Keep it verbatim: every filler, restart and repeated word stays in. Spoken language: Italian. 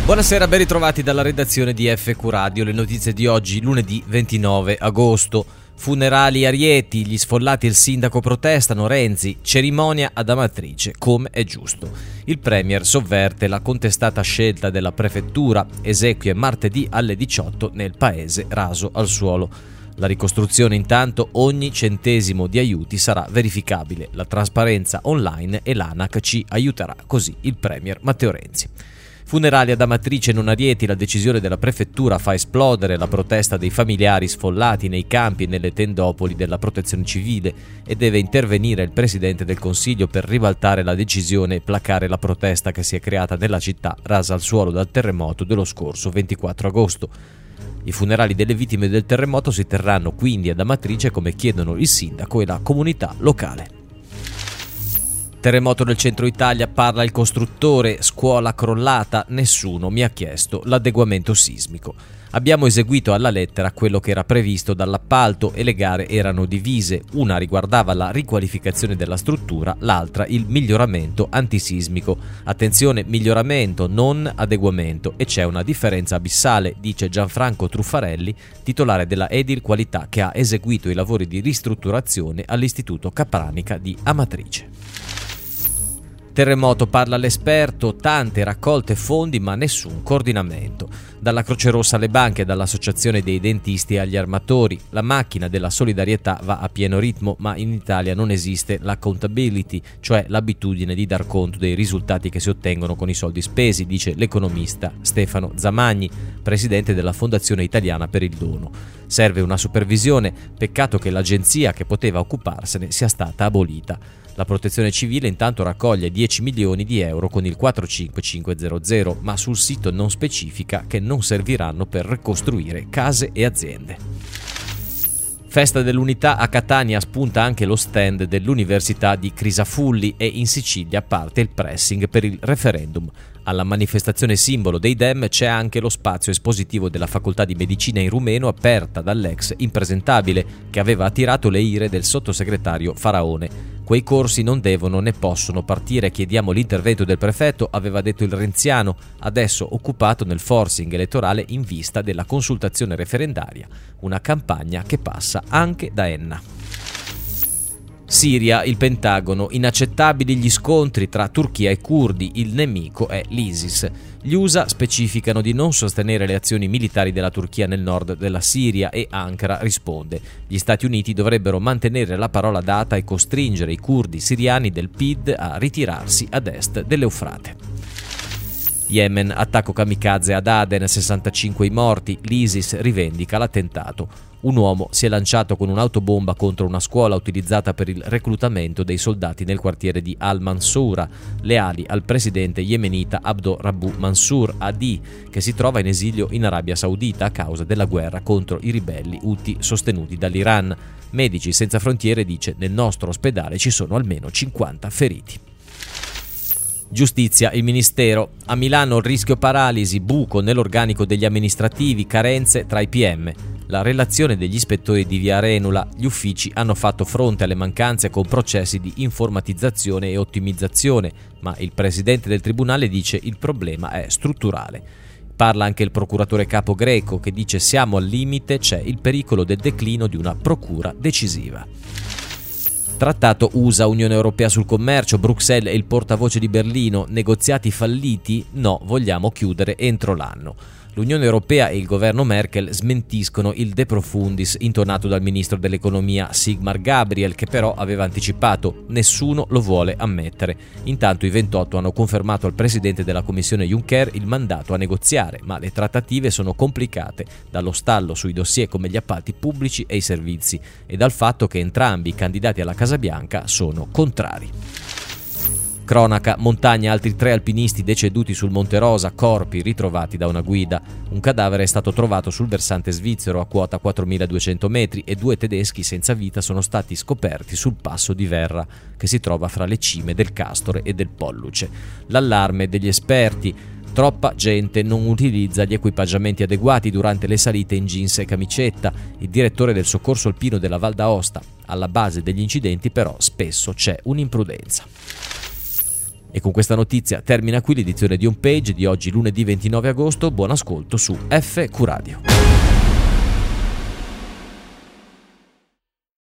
Buonasera, ben ritrovati dalla redazione di F Q Radio. Le notizie di oggi, lunedì ventinove agosto. Funerali a Rieti, gli sfollati e il sindaco protestano, Renzi, cerimonia ad Amatrice, come è giusto. Il premier sovverte la contestata scelta della prefettura, esequie martedì alle diciotto nel paese raso al suolo. La ricostruzione intanto, ogni centesimo di aiuti sarà verificabile, la trasparenza online e l'ANAC ci aiuterà, così il premier Matteo Renzi. Funerali ad Amatrice non a Rieti, la decisione della prefettura fa esplodere la protesta dei familiari sfollati nei campi e nelle tendopoli della protezione civile e deve intervenire il presidente del Consiglio per ribaltare la decisione e placare la protesta che si è creata nella città rasa al suolo dal terremoto dello scorso ventiquattro agosto. I funerali delle vittime del terremoto si terranno quindi ad Amatrice come chiedono il sindaco e la comunità locale. Terremoto nel centro Italia, parla il costruttore, scuola crollata, nessuno mi ha chiesto l'adeguamento sismico. Abbiamo eseguito alla lettera quello che era previsto dall'appalto e le gare erano divise, una riguardava la riqualificazione della struttura, l'altra il miglioramento antisismico. Attenzione, miglioramento, non adeguamento, e c'è una differenza abissale, dice Gianfranco Truffarelli, titolare della Edil Qualità, che ha eseguito i lavori di ristrutturazione all'Istituto Capranica di Amatrice. Terremoto, parla l'esperto, tante raccolte fondi ma nessun coordinamento. Dalla Croce Rossa alle banche, dall'Associazione dei dentisti agli armatori, la macchina della solidarietà va a pieno ritmo, ma in Italia non esiste l'accountability, cioè l'abitudine di dar conto dei risultati che si ottengono con i soldi spesi, dice l'economista Stefano Zamagni, presidente della Fondazione Italiana per il Dono. Serve una supervisione, peccato che l'agenzia che poteva occuparsene sia stata abolita. La Protezione Civile intanto raccoglie dieci milioni di euro con il quattro cinque cinque zero zero, ma sul sito non specifica che non serviranno per ricostruire case e aziende. Festa dell'Unità a Catania, spunta anche lo stand dell'Università di Crisafulli e in Sicilia parte il pressing per il referendum. Alla manifestazione simbolo dei Dem c'è anche lo spazio espositivo della Facoltà di Medicina in rumeno aperta dall'ex impresentabile che aveva attirato le ire del sottosegretario Faraone. Quei corsi non devono né possono partire, chiediamo l'intervento del prefetto, aveva detto il renziano, adesso occupato nel forcing elettorale in vista della consultazione referendaria, una campagna che passa anche da Enna. Siria, il Pentagono, inaccettabili gli scontri tra Turchia e curdi, il nemico è l'ISIS. Gli U S A specificano di non sostenere le azioni militari della Turchia nel nord della Siria e Ankara risponde: gli Stati Uniti dovrebbero mantenere la parola data e costringere i curdi siriani del P I D a ritirarsi ad est dell'Eufrate. Yemen, attacco kamikaze ad Aden, sessantacinque i morti, l'ISIS rivendica l'attentato. Un uomo si è lanciato con un'autobomba contro una scuola utilizzata per il reclutamento dei soldati nel quartiere di Al-Mansoura, leali al presidente yemenita Abdo Rabbu Mansur Hadi, che si trova in esilio in Arabia Saudita a causa della guerra contro i ribelli Houthi sostenuti dall'Iran. Medici Senza Frontiere dice: nel nostro ospedale ci sono almeno cinquanta feriti. Giustizia, il Ministero. A Milano il rischio paralisi, buco nell'organico degli amministrativi, carenze tra i P M. La relazione degli ispettori di Via Arenula, gli uffici hanno fatto fronte alle mancanze con processi di informatizzazione e ottimizzazione, ma il presidente del tribunale dice il problema è strutturale. Parla anche il procuratore capo Greco che dice siamo al limite, c'è il pericolo del declino di una procura decisiva. Trattato U S A-Unione Europea sul commercio, Bruxelles e il portavoce di Berlino, negoziati falliti? No, vogliamo chiudere entro l'anno. L'Unione Europea e il governo Merkel smentiscono il de profundis intonato dal ministro dell'economia Sigmar Gabriel, che però aveva anticipato nessuno lo vuole ammettere. Intanto i ventotto hanno confermato al presidente della Commissione Juncker il mandato a negoziare, ma le trattative sono complicate dallo stallo sui dossier come gli appalti pubblici e i servizi e dal fatto che entrambi i candidati alla Casa Bianca sono contrari. Cronaca, montagna, altri tre alpinisti deceduti sul Monte Rosa, corpi ritrovati da una guida. Un cadavere è stato trovato sul versante svizzero a quota quattromiladuecento metri e due tedeschi senza vita sono stati scoperti sul passo di Verra, che si trova fra le cime del Castore e del Polluce. L'allarme degli esperti: troppa gente non utilizza gli equipaggiamenti adeguati durante le salite in jeans e camicetta. Il direttore del soccorso alpino della Val d'Aosta: alla base degli incidenti però spesso c'è un'imprudenza. E con questa notizia termina qui l'edizione di Homepage di oggi lunedì ventinove agosto. Buon ascolto su F Q Radio.